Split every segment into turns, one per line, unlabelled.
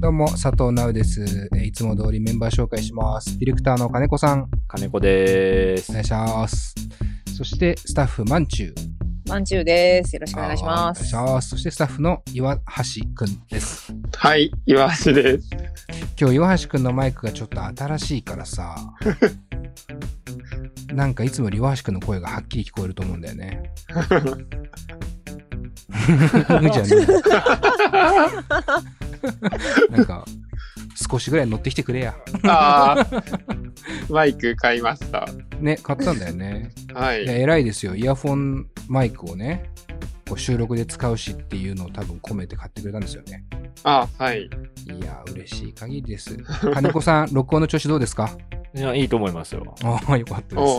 どうも佐藤直です。いつも通りメンバー紹介します。ディレクターの金子さん、
金子です。
お願いします。そしてスタッフまんちゅう
です。よろしくお願いします。
お願いします。そしてスタッフの岩橋くんです。
はい、岩橋です。
今日岩橋くんのマイクがちょっと新しいからさなんかいつもより岩橋くんの声がはっきり聞こえると思うんだよね。じゃねなんか少しぐらい乗ってきてくれや。
マイク買いました。
ね、買ったんだよね。
はい。
偉いですよ。イヤフォンマイクをね、こう収録で使うしっていうのを多分込めて買ってくれたんですよね。
はい。
いや、嬉しい限りです。金子さん、録音の調子どうですか？
いや、いいと思いますよ。
よかったです。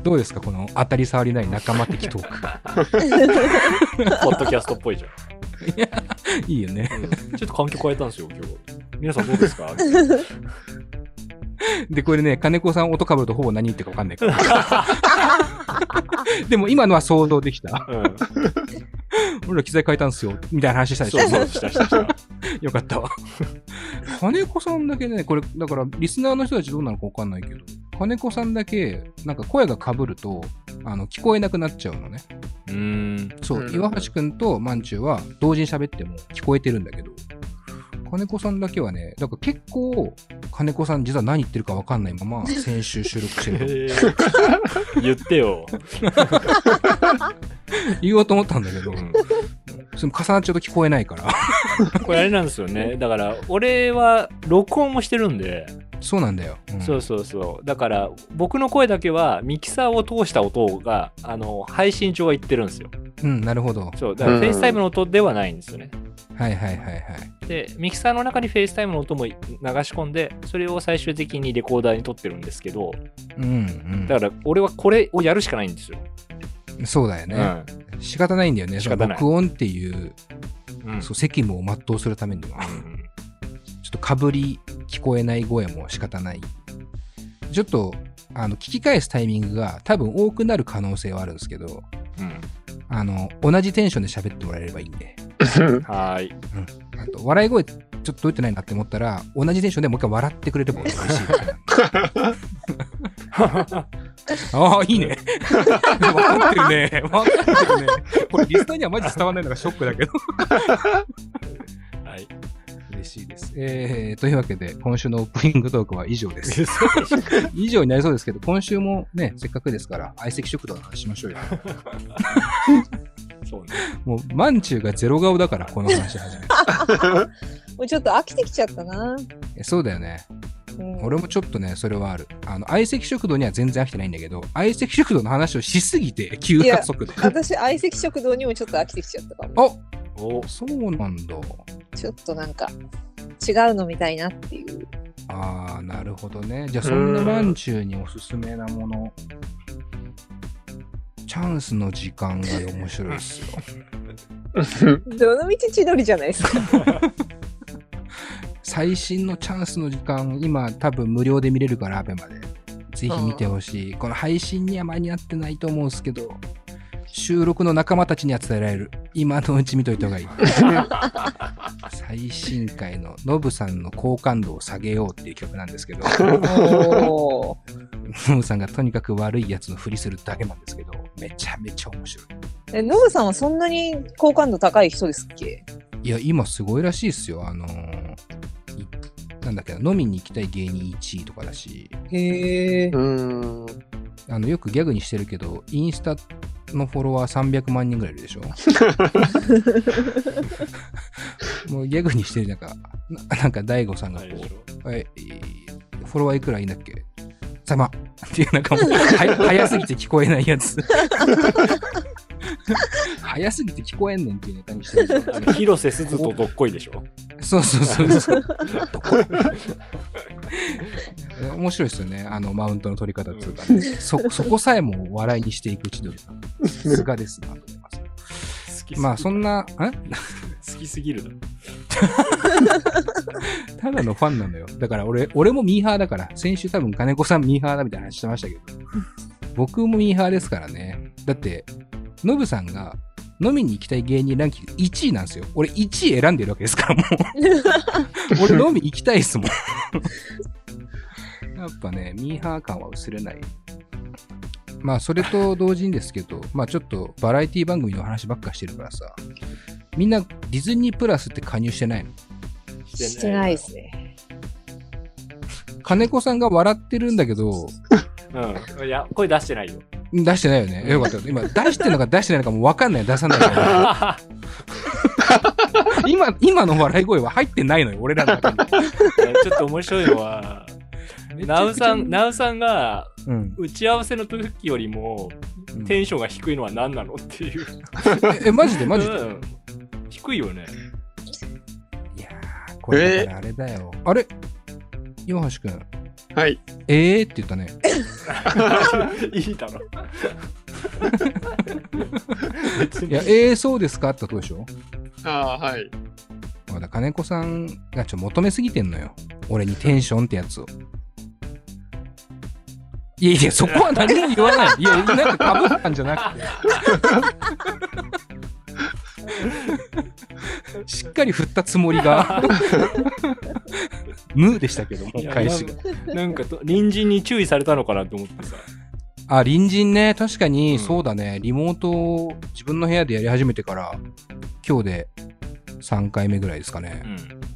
どうですかこの当たり障りない仲間的トーク。
ポッドキャストっぽいじゃん。
いや、いいよね、
ちょっと環境変えたんですよ、今日。皆さんどうですか？
で、これね、金子さん音かぶるとほぼ何言ってるか分かんないから。でも今のは想像できた。俺ら機材変えたんすよ、みたいな話したでしょ。
そうした。
よかったわ。金子さんだけね、これ、だからリスナーの人たちどうなのか分かんないけど、金子さんだけ、なんか声が被ると、聞こえなくなっちゃうのね。そう、岩橋くんとまんちゅうは同時に喋っても聞こえてるんだけど、金子さんだけはね、だから結構、金子さん実は何言ってるか分かんないまま先週収録してる。
言ってよ。
言おうと思ったんだけど、それも重なっちゃうと聞こえないから。
これあれなんですよね。だから、俺は録音もしてるんで。
そうなんだよ。
そう。だから、僕の声だけはミキサーを通した音が、配信上は言ってるんですよ。
なるほど。
そう、だからフェイスタイムの音ではないんですよね。はい。で、ミキサーの中にフェイスタイムの音も流し込んで、それを最終的にレコーダーに撮ってるんですけど、だから俺はこれをやるしかないんですよ。
そうだよね。仕方ないんだよね。その録音っていう、そう責務を全うするためには。ちょっとかぶり聞こえない声も仕方ない。ちょっと、聞き返すタイミングが多分多くなる可能性はあるんですけど、同じテンションで喋ってもらえればいいんで。
はい。
あと、笑い声ちょっと取れてないなって思ったら、同じテンションでもう一回笑ってくれれば嬉しい。いいね。分かってるね。これリスナーにはマジ伝わらないのがショックだけど。はい。嬉しいです。というわけで、今週のオープニングトークは以上です。以上になりそうですけど、今週もね、せっかくですから、相席食堂の話しましょうよ。そうね。もう、まんちゅうがゼロ顔だから、この話始める。
もうちょっと飽きてきちゃったな。
そうだよね。俺もちょっとね、それはある。相席食堂には全然飽きてないんだけど、相席食堂の話をしすぎて、急加速で。
私、相席食堂にもちょっと飽きてきちゃったかも。
そうなんだ。
ちょっとなんか、違うのみたいなっていう。
なるほどね。じゃあ、そんなまんちゅうにおすすめなもの。チャンスの時間が面白いっすよ。
どのみち千鳥じゃないですか。
最新のチャンスの時間、今多分無料で見れるからアベマで。ぜひ見てほしい。この配信には間に合ってないと思うんですけど、収録の仲間たちには伝えられる。今のうち見といた方がいい。最新回のノブさんの好感度を下げようっていう曲なんですけど、ノブさんがとにかく悪いやつのふりするだけなんですけど、めちゃめちゃ面白い。
ノブさんはそんなに好感度高い人ですっけ？
いや、今すごいらしいっすよ。なんだっけな、飲みに行きたい芸人1位とかだし。
へ
ー。よくギャグにしてるけど、インスタのフォロワー300万人ぐらいいるでしょ。もうギャグにしてるなんか大悟さんがこう、フォロワーいくらいいんだっけ？3万っていうなんかもう早すぎて聞こえないやつ。早すぎて聞こえんねんっていうネタにしてる。
広瀬すずとどっこいでしょ。
そう。面白いですよね。マウントの取り方っていうか、ね、そこさえも笑いにしていく千鳥さん。さすがですなと思います。まあそんな、
好きすぎるな。
ただのファンなのよ。だから俺もミーハーだから、先週多分金子さんミーハーだみたいな話してましたけど、僕もミーハーですからね。だって、ノブさんが飲みに行きたい芸人ランキング1位なんですよ。俺1位選んでるわけですから、もう。俺飲み行きたいっすもん。やっぱね、ミーハー感は薄れない。まあ、それと同時にですけど、まあちょっとバラエティ番組の話ばっかしてるからさ、みんなディズニープラスって加入してないの？
してないですね。
金子さんが笑ってるんだけど、
うん。いや、声出してないよ。
出してないよね。よかった。今、出してるのか出してないのかも分かんない。出さないから。今の笑い声は入ってないのよ、俺らの中に。
ちょっと面白いのは、ナウさんが、打ち合わせの時よりも、テンションが低いのは何なのっていう。
マジで、うん、
低いよね。
いやー、これだからあれだよ。あれ岩橋くん。
はい。
って言ったね。
いいだろ。
いや、そうですかってことでしょ？
ああ、はい。
まだ金子さんが求めすぎてんのよ。俺にテンションってやつを。いや、そこは何も言わない。いや、なんか被ったんじゃなくて。しっかり振ったつもりが無でしたけども、返しが。
なんか隣人に注意されたのかなと思ってさ。
あ、隣人ね、確かにそうだね。リモートを自分の部屋でやり始めてから今日で3回目ぐらいですかね。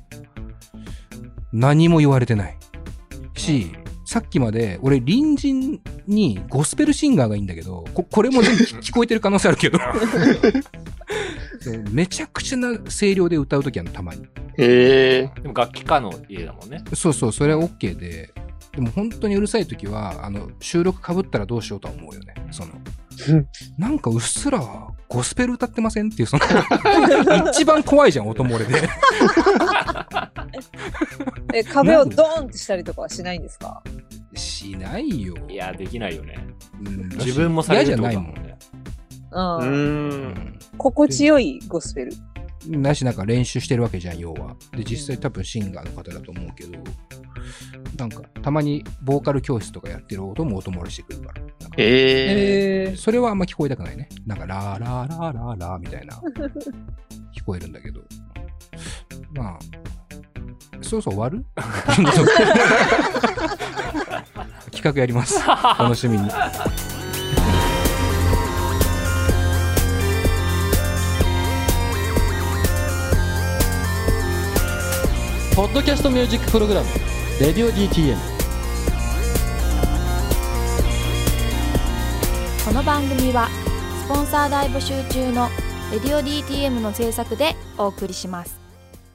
何も言われてないし、さっきまで俺隣人にゴスペルシンガーがいいんだけど、これも全部聞こえてる可能性あるけどめちゃくちゃな声量で歌うときあるの、たまに。
でも楽器家の家だもんね。
そう、それは OK で、でも本当にうるさいときは収録被ったらどうしようとは思うよね。なんかうっすらゴスペル歌ってませんっていう一番怖いじゃん、音漏れで。
壁をドーンってしたりとかはしないんですか？
しないよ。
いや、できないよね。自分もされるってことだもんね。
心地よいゴスペル。
なし、なんか練習してるわけじゃん、要は。で、実際多分シンガーの方だと思うけど、なんかたまにボーカル教室とかやってる音も音漏れしてくるから。それはあんま聞こえたくないね。なんかラーラーラーラーラーみたいな聞こえるんだけど。まあ、そろそろ終わる？企画やります。楽しみに。
ポッドキャストミュージックプログラムレディオ DTM。
この番組はスポンサー大募集中のレディオ DTM の制作でお送りします。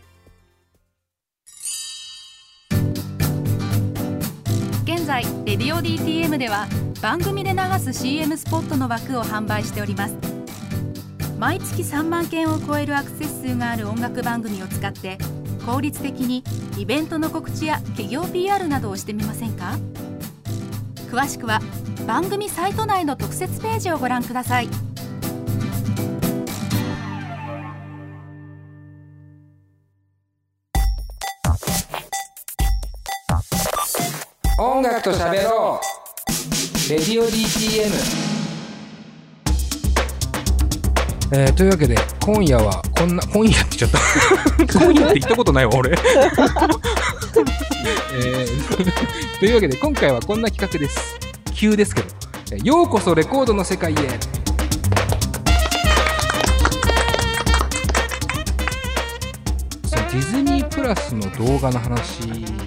現在レディオ DTM では番組で流す CM スポットの枠を販売しております。毎月3万件を超えるアクセス数がある音楽番組を使って効率的にイベントの告知や企業 PR などをしてみませんか？詳しくは番組サイト内の特設ページをご覧ください。
音楽と喋ろう。レディオ DTM。というわけで今夜は今夜って言っちゃった今夜って言ったことないわ俺というわけで今回はこんな企画です。急ですけど、ようこそレコードの世界へ。ディズニープラスの動画の話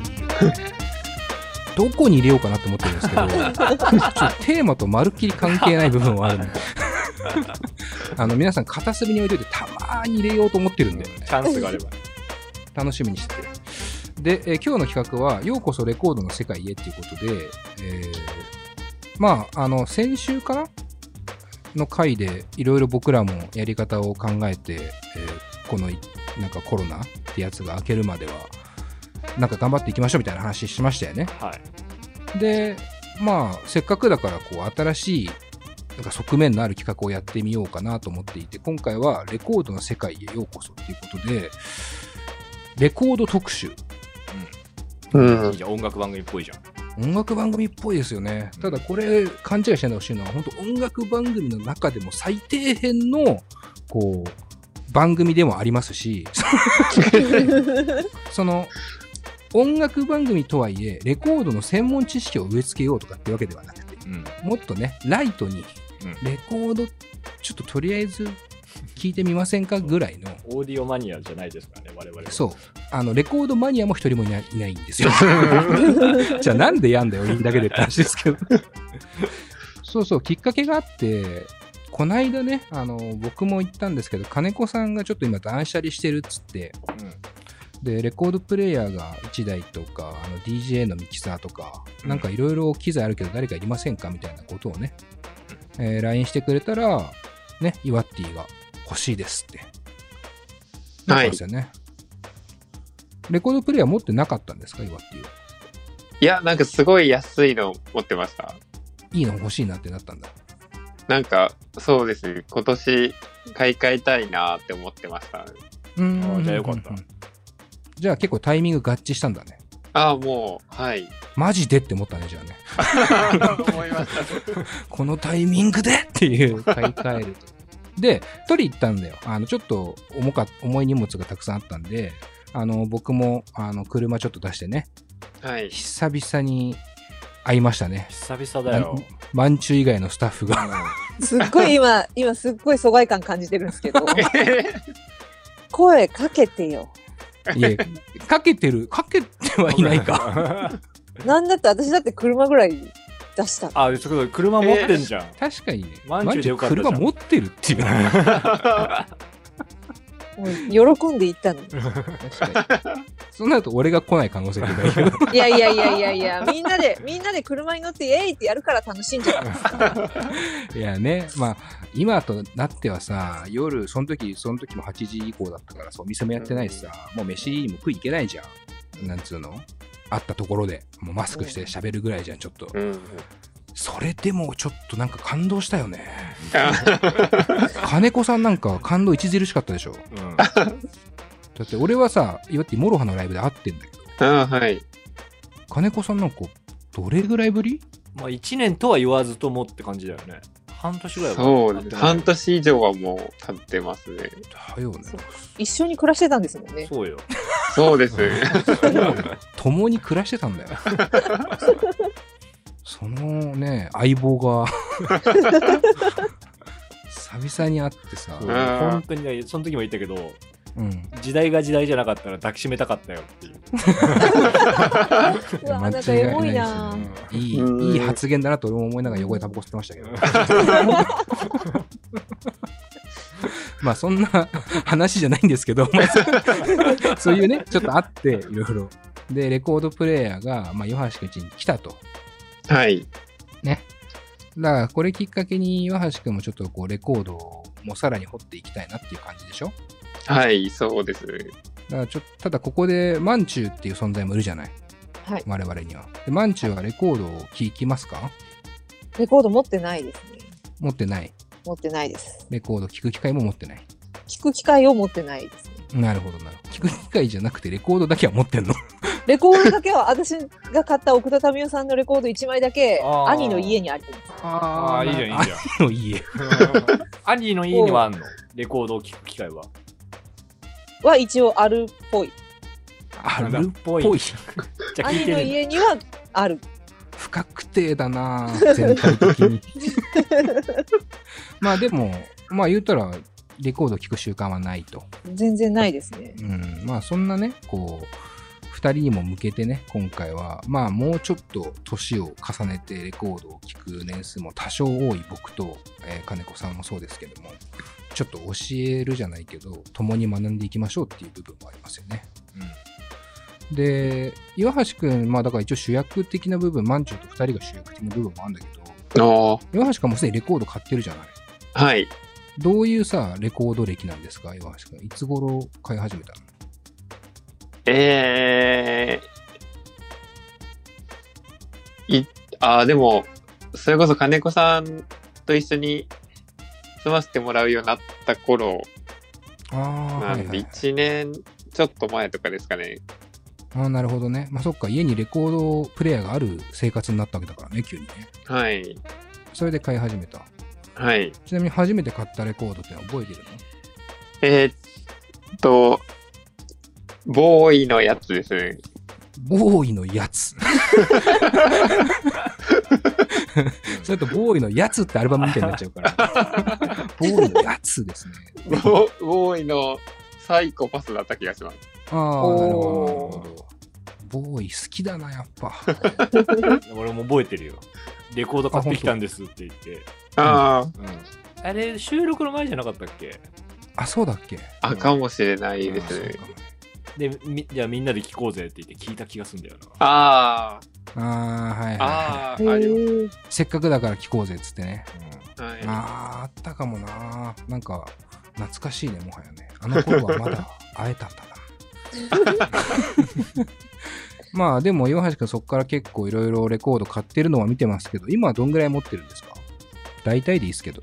どこに入れようかなと思ってるんですけどテーマとまるっきり関係ない部分はあるんで皆さん片隅に置いといてたまーに入れようと思ってるんで、
チャンスがあれば
楽しみにしてで、今日の企画はようこそレコードの世界へっていうことで、まあ先週からの回でいろいろ僕らもやり方を考えて、このなんかコロナってやつが明けるまではなんか頑張っていきましょうみたいな話しましたよね。
はい。
で、まあせっかくだからこう新しいなんか側面のある企画をやってみようかなと思っていて、今回はレコードの世界へようこそっていうことでレコード特集。
いいじゃん、音楽番組っぽいじゃん。
音楽番組っぽいですよね。ただこれ勘違いしないでほしいのは、本当音楽番組の中でも最底辺のこう番組でもありますしその音楽番組とはいえレコードの専門知識を植え付けようとかってわけではなくて、もっとねライトにレコードちょっととりあえず聞いてみませんかぐらいの
オーディオマニアじゃないですからね、我々は。
そうレコードマニアも一人もいないんですよじゃあなんでやんだよいいだけでって話ですけどそうきっかけがあってこないだね僕も言ったんですけど金子さんがちょっと今断捨離してるっつって、でレコードプレイヤーが1台とかDJ のミキサーとか、なんかいろいろ機材あるけど誰かいりませんかみたいなことをね、LINE してくれたらねイワッティが欲しいですってなったんですよね、はい、レコードプレイヤー持ってなかったんですかイワッティは。
いやなんかすごい安いの持ってました。
いいの欲しいなってなったんだ。
なんかそうですね、今年買い替えたいなって思ってました。
じゃあよかった、
じゃあ結構タイミング合致したんだね。
もうはい
マジでって思ったねじゃあね
思いました
このタイミングでっていう買い替えるとで取り行ったんだよ。ちょっと重い荷物がたくさんあったんで僕も車ちょっと出してね、
はい、
久々に会いましたね。
久々だよ。
マンチュ以外のスタッフが
すっごい今すっごい疎外感感じてるんですけど声かけてよ。
いえかけてはいないか
なんだって私だって車ぐらい出した。
そういうこと車持ってんじゃん、
確かにね
マンチュでよかったじゃん。
車持ってるっていう
もう喜んで行ったの。
確かにそうなると俺が来ない可能性があるけど
いやみんなで車に乗ってイエーイってやるから楽しいんじゃないですか
いやね、まあ今となってはさ夜その時も8時以降だったからさお店もやってないしさ、もう飯も食い行けないじゃん。なんつうのあったところでもうマスクして喋るぐらいじゃんちょっと、それでもちょっとなんか感動したよね金子さんなんか感動著しかったでしょ、だって俺はさ岩手モロハのライブで会ってんだけど、
はい、
金子さんなんかどれぐらいぶり
？1年とは言わずともって感じだよね。半年ぐらいは。
そう、半年以上はもう経ってますね。
だよね。
一緒に暮らしてたんですもんね。
そうよ。
そうです。
共に暮らしてたんだよ。そのね相棒が久々に会ってさ、
本当にねその時も言ったけど、時代が時代じゃなかったら抱きしめたかったよっていう。
うわ、なんかエモいな。
いい発言だなと俺も思いながら横でタバコ吸ってましたけど。まあそんな話じゃないんですけど、そういうねちょっとあっていろいろでレコードプレイヤーが岩橋くん家に来たと。
はい。
ね。だからこれきっかけに岩橋くんもちょっとこうレコードをもうさらに掘っていきたいなっていう感じでしょ？
はい、そうです。
だからただここでマンチューっていう存在もいるじゃない、
はい、
我々には。でマンチューはレコードを聴きますか？
レコード持ってないですね。
持ってない。
持ってないです。
レコード聴く機会も持ってない。
聴く機会を持ってないですね。
なるほどなるほど。聴く機会じゃなくてレコードだけは持ってんの？
レコードだけは私が買った奥田民生さんのレコード1枚だけ兄の家にあります。
ああ、いいじゃんいいじゃん。
兄の家。
兄の家にはあんの？レコードを聴く機会は
一応あるっぽい。
あるっぽい。
じゃあ聞いてる。
兄の家にはある。
不確定だな全体的に。まあでも言うたらレコード聴く習慣はないと。
全然ないですね。
まあそんなねこう2人にも向けてね今回はもうちょっと年を重ねてレコードを聴く年数も多少多い僕と、金子さんもそうですけどもちょっと教えるじゃないけど共に学んでいきましょうっていう部分もありますよね。で岩橋くんだから一応主役的な部分マンチューと2人が主役的な部分もあるんだけど、岩橋くんもすでにレコード買ってるじゃない。
はい。
どういうさレコード歴なんですか岩橋くん。いつ頃買い始めたの？
でもそれこそ金子さんと一緒に住ませてもらうようになった頃なんで1年ちょっと前とかですかね。
ああ、なるほどね。まあそっか、家にレコードプレイヤーがある生活になったわけだからね、急にね。
はい。
それで買い始めた。
はい。
ちなみに初めて買ったレコードってのは覚えてる
の？ボーイのやつですね。
ボーイのやつ。それとボーイのやつってアルバムみたいになっちゃうから。ボーイのやつですね。
ボーイのサイコパスだった気がします。
ああ、なるほど。ボーイ好きだな、やっぱ。
俺も覚えてるよ。レコード買ってきたんですって言って。
ああ、
うん。あれ、収録の前じゃなかったっけ？
あ、そうだっけ？
あ、かもしれないですね。
で、じゃあみんなで聴こうぜって言って聞いた気がするんだよな。
あ
あ、はいはい、はい。
ああ、あります。
せっかくだから聴こうぜっつってね。
はい、
あったかもな。なんか、懐かしいね、もはやね。あの頃はまだ会えたんだな。まあでも岩橋君そっから結構いろいろレコード買ってるのは見てますけど、今はどんぐらい持ってるんですか？大体でいいですけど。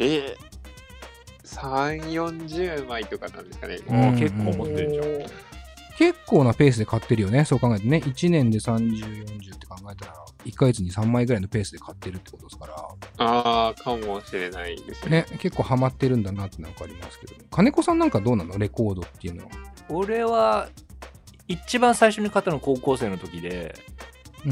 3、40枚とかなんですかね。
結構持ってるじゃん。
結構なペースで買ってるよね。そう考えてね。1年で30、40って考えたら、1ヶ月に3枚ぐらいのペースで買ってるってことですから。
ああ、かもしれないですね。
ね、結構ハマってるんだなってのは分かりますけど。金子さんなんかどうなの？レコードっていうのは。
俺は、一番最初に買ったの高校生の時で、
うん。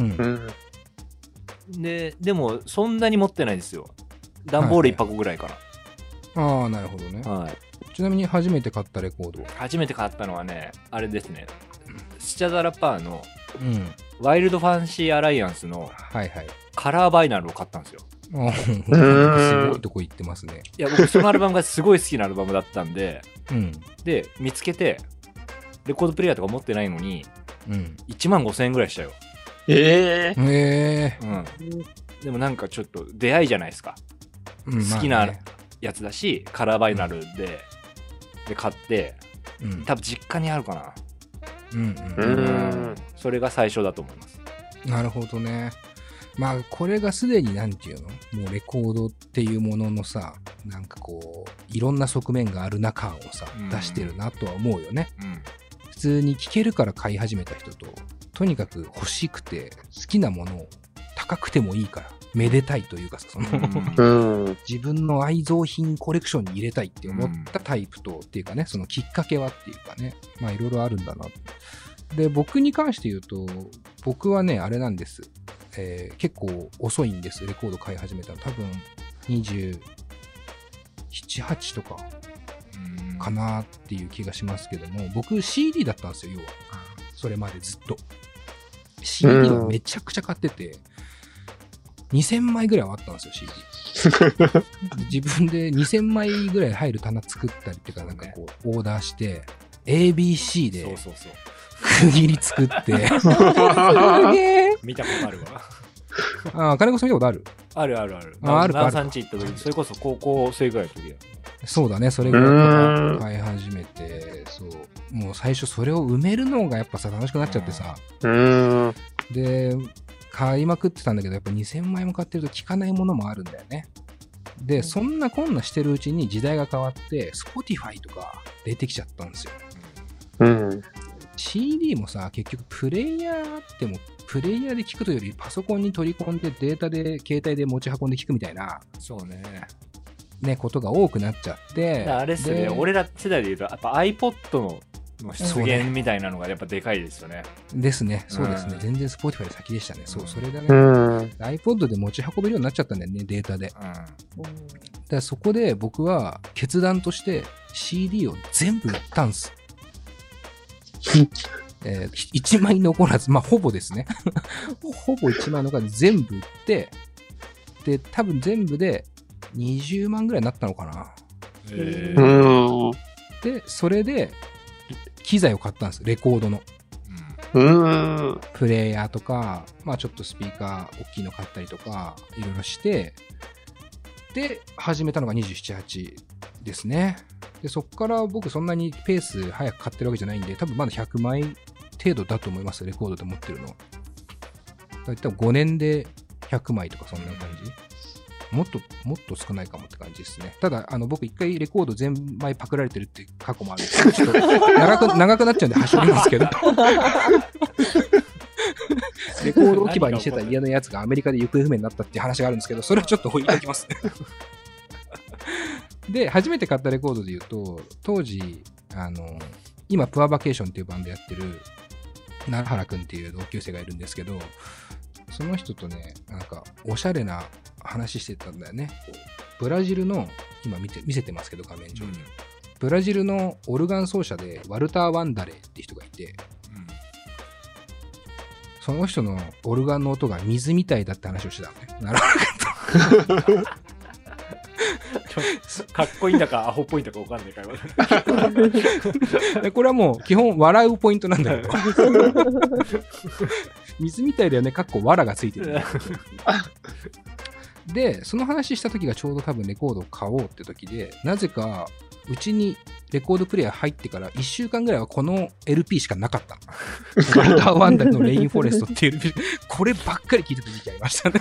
でも、そんなに持ってないですよ。段ボール1箱ぐらいか
な。はいはい、ああ、なるほどね。
はい。
ちなみに初めて買ったレコード？
初めて買ったのはね、あれですね。スチャダラパーの、
うん、
ワイルドファンシーアライアンスの、
はいはい、
カラーバイナルを買ったんですよ。
すごいとこ行ってますね。
いや、僕そのアルバムがすごい好きなアルバムだったんで、
うん、で、
見つけて、レコードプレイヤーとか持ってないのに、
うん、
15,000円ぐらいしたよ。
うん。
でもなんかちょっと出会いじゃないですか。
うん、
好きなやつだし、カラーバイナルで買って、多分実家にあるかな。それが最初だと思います。
なるほどね。まあこれがすでになんていうの、もうレコードっていうもののさ、なんかこういろんな側面がある中をさ、出してるなとは思うよね。普通に聴けるから買い始めた人と、とにかく欲しくて好きなものを高くてもいいからめでたいというかさ、その自分の愛蔵品コレクションに入れたいって思ったタイプと、っていうかね、そのきっかけはっていうかね、まあいろいろあるんだな。で、僕に関して言うと、僕はね、あれなんです。結構遅いんです。レコード買い始めたの。多分27、8とかかなっていう気がしますけども、僕 CD だったんですよ、要は。それまでずっと。CD をめちゃくちゃ買ってて、2000枚ぐらいはあったんですよ、CD。自分で2000枚ぐらい入る棚作ったりっていうか、なんかこう、オーダーして、ABC で、区切り作って。すげー。
見たことあるわ。
あ、金子さん見たことある？
ある。
あるか。
さんち行った時、それこそ高校生ぐらいの時だ。
そうだね、それぐらい買い始めて、そう。もう最初それを埋めるのがやっぱさ、楽しくなっちゃってさ。で、買いまくってたんだけど、やっぱ2000枚も買ってると効かないものもあるんだよね。で、そんなこんなしてるうちに時代が変わって、Spotify とか出てきちゃったんですよ。CD もさ、結局プレイヤーっても、プレイヤーで聞くというよりパソコンに取り込んでデータで携帯で持ち運んで聞くみたいな、
そうね。
ね、ことが多くなっちゃって。
あれっすね、俺ら世代で言うと、やっぱ iPod の出現みたいなのがやっぱでかいですよね。
ですね、そうですね。全然 Spotify 先でしたね。そう、それだね。iPod で持ち運べるようになっちゃったんだよね、データで。だからそこで僕は決断として CD を全部売ったんす。1枚残らず、まあほぼですね。ほぼ1枚残らず全部売って、で、多分全部で20万ぐらいになったのかな。で、それで、機材を買ったんです。レコードの。プレイヤーとか、まあちょっとスピーカー大きいの買ったりとか、いろいろして、で、始めたのが27、8ですね。で、そっから僕そんなにペース早く買ってるわけじゃないんで、多分まだ100枚程度だと思います、レコードで持ってるの。だいたい5年で100枚とかそんな感じ。もっと少ないかもって感じですね。ただ、僕一回レコード全枚パクられてるって過去もあるんで、ちょっと長くなっちゃうんで端折りますけど。 レコード置き場にしてた家のやつがアメリカで行方不明になったっていう話があるんですけど、それはちょっと置いておきますね。で、初めて買ったレコードで言うと、当時、今、プアバケーションっていうバンドやってる、奈原くんっていう同級生がいるんですけど、その人とね、なんか、おしゃれな話してたんだよね。ブラジルの、今見せてますけど、画面上に。ブラジルのオルガン奏者で、ワルター・ワンダレーって人がいて、その人のオルガンの音が水みたいだって話をしてたのね。奈原くんと。
かっこいいんだかアホっぽいんだか分かんないから
これはもう基本笑うポイントなんだけど水みたいだよね、かっこ藁がついてるで、その話した時がちょうど多分レコードを買おうって時で、なぜかうちにレコードプレイヤー入ってから1週間ぐらいはこの LP しかなかったの。ワルター・ワンダルのレインフォレストっていう LP こればっかり聴いてた時期ありましたね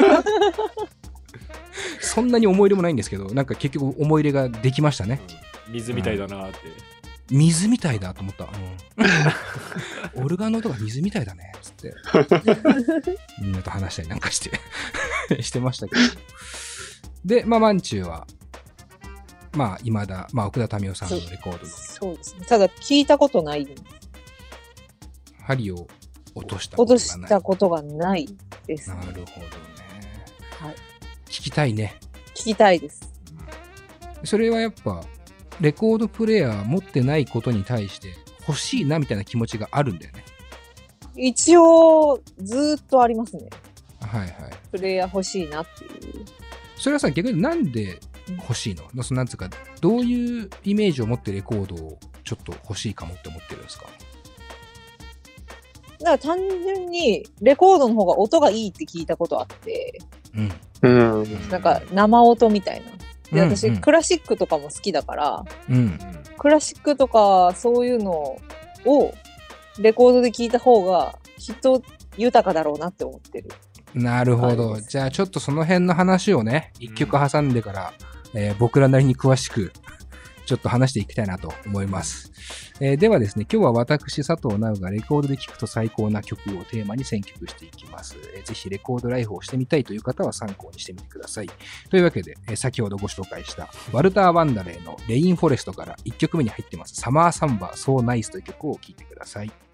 そんなに思い入れもないんですけど、なんか結局思い入れができましたね。
水みたいだなって、
水みたいだと思った、オルガンの音が水みたいだねっつってみんなと話したりなんかしてしてましたけど。で、まあマンチューはまあ今だ、まあ奥田民生さんのレコードの
そうですね。ただ聞いたことない。
針を落とした
ことがないです、
ね。なるほどね。
はい。
聞きたいね。
聞きたいです。
それはやっぱレコードプレイヤー持ってないことに対して欲しいなみたいな気持ちがあるんだよね。
一応ずーっとありますね。
はいはい。
プレイヤー欲しいなっていう。
それはさ、逆になんで欲しいの？なんつうか、どういうイメージを持ってレコードをちょっと欲しいかもって思ってるんですか？
だから単純にレコードの方が音がいいって聞いたことあって、なんか生音みたいな。で、私、クラシックとかも好きだから、クラシックとかそういうのをレコードで聞いた方がきっと豊かだろうなって思ってる。
なるほど。じゃあちょっとその辺の話をね、一曲挟んでから、僕らなりに詳しくちょっと話していきたいなと思います。ではですね、今日は私、佐藤直がレコードで聴くと最高な曲をテーマに選曲していきます。ぜひレコードライフをしてみたいという方は参考にしてみてください。というわけで、先ほどご紹介したワルター・ワンダレーのレインフォレストから1曲目に入ってますサマーサンバーソーナイスという曲を聴いてください。